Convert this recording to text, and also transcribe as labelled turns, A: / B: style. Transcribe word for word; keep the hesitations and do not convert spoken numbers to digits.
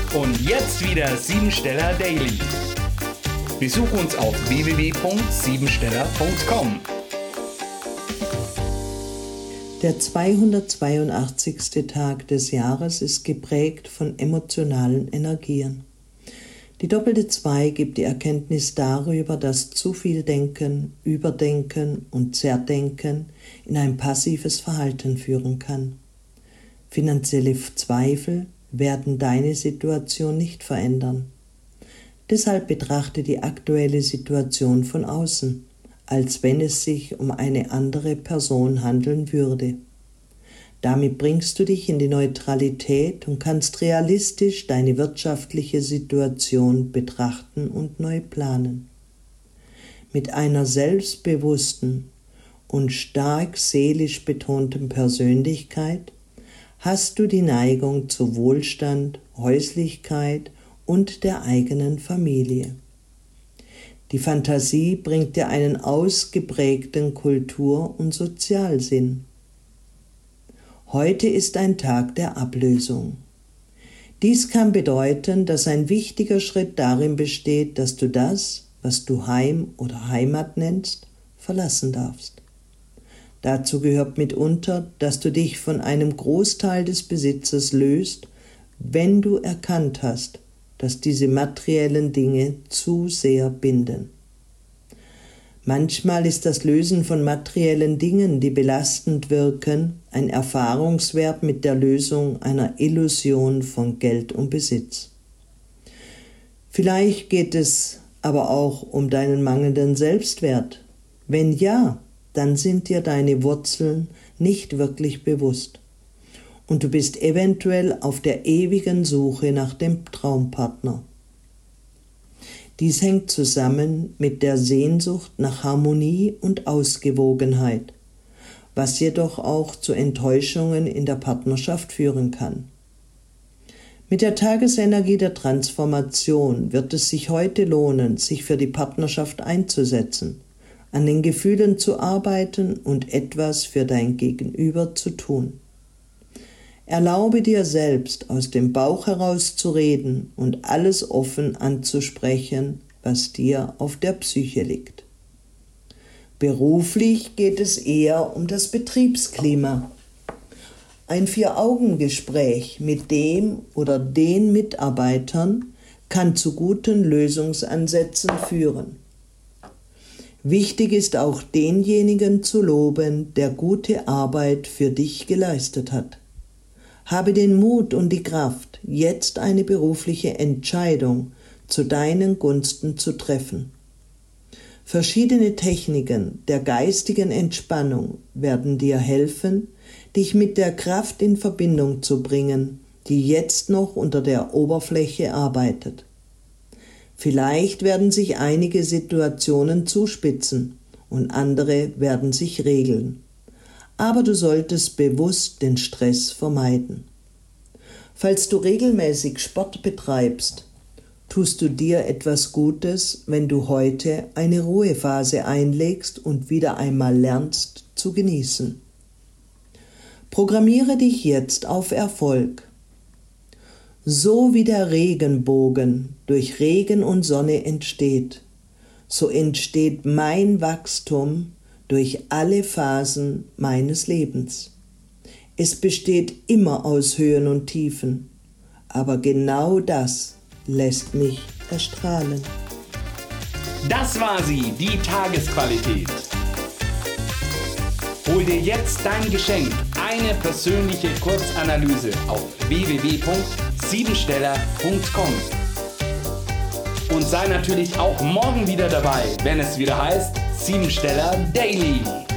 A: Und jetzt wieder Siebensteller Daily. Besuch uns auf w w w punkt siebensteller punkt com.
B: Der zweihundertzweiundachtzigste Tag des Jahres ist geprägt von emotionalen Energien. Die doppelte zwei gibt die Erkenntnis darüber, dass zu viel Denken, Überdenken und Zerdenken in ein passives Verhalten führen kann. Finanzielle Zweifel werden deine Situation nicht verändern. Deshalb betrachte die aktuelle Situation von außen, als wenn es sich um eine andere Person handeln würde. Damit bringst du dich in die Neutralität und kannst realistisch deine wirtschaftliche Situation betrachten und neu planen. Mit einer selbstbewussten und stark seelisch betonten Persönlichkeit hast du die Neigung zu Wohlstand, Häuslichkeit und der eigenen Familie. Die Fantasie bringt dir einen ausgeprägten Kultur- und Sozialsinn. Heute ist ein Tag der Ablösung. Dies kann bedeuten, dass ein wichtiger Schritt darin besteht, dass du das, was du Heim oder Heimat nennst, verlassen darfst. Dazu gehört mitunter, dass du dich von einem Großteil des Besitzes löst, wenn du erkannt hast, dass diese materiellen Dinge zu sehr binden. Manchmal ist das Lösen von materiellen Dingen, die belastend wirken, ein Erfahrungswert mit der Lösung einer Illusion von Geld und Besitz. Vielleicht geht es aber auch um deinen mangelnden Selbstwert. Wenn ja, dann sind dir deine Wurzeln nicht wirklich bewusst und du bist eventuell auf der ewigen Suche nach dem Traumpartner. Dies hängt zusammen mit der Sehnsucht nach Harmonie und Ausgewogenheit, was jedoch auch zu Enttäuschungen in der Partnerschaft führen kann. Mit der Tagesenergie der Transformation wird es sich heute lohnen, sich für die Partnerschaft einzusetzen, an den Gefühlen zu arbeiten und etwas für dein Gegenüber zu tun. Erlaube dir selbst, aus dem Bauch heraus zu reden und alles offen anzusprechen, was dir auf der Psyche liegt. Beruflich geht es eher um das Betriebsklima. Ein Vier-Augen-Gespräch mit dem oder den Mitarbeitern kann zu guten Lösungsansätzen führen. Wichtig ist auch denjenigen zu loben, der gute Arbeit für dich geleistet hat. Habe den Mut und die Kraft, jetzt eine berufliche Entscheidung zu deinen Gunsten zu treffen. Verschiedene Techniken der geistigen Entspannung werden dir helfen, dich mit der Kraft in Verbindung zu bringen, die jetzt noch unter der Oberfläche arbeitet. Vielleicht werden sich einige Situationen zuspitzen und andere werden sich regeln. Aber du solltest bewusst den Stress vermeiden. Falls du regelmäßig Sport betreibst, tust du dir etwas Gutes, wenn du heute eine Ruhephase einlegst und wieder einmal lernst zu genießen. Programmiere dich jetzt auf Erfolg. So wie der Regenbogen durch Regen und Sonne entsteht, so entsteht mein Wachstum durch alle Phasen meines Lebens. Es besteht immer aus Höhen und Tiefen, aber genau das lässt mich erstrahlen.
A: Das war sie, die Tagesqualität. Hol dir jetzt dein Geschenk, eine persönliche Kurzanalyse auf w w w punkt siebensteller punkt com. Und sei natürlich auch morgen wieder dabei, wenn es wieder heißt Siebensteller Daily.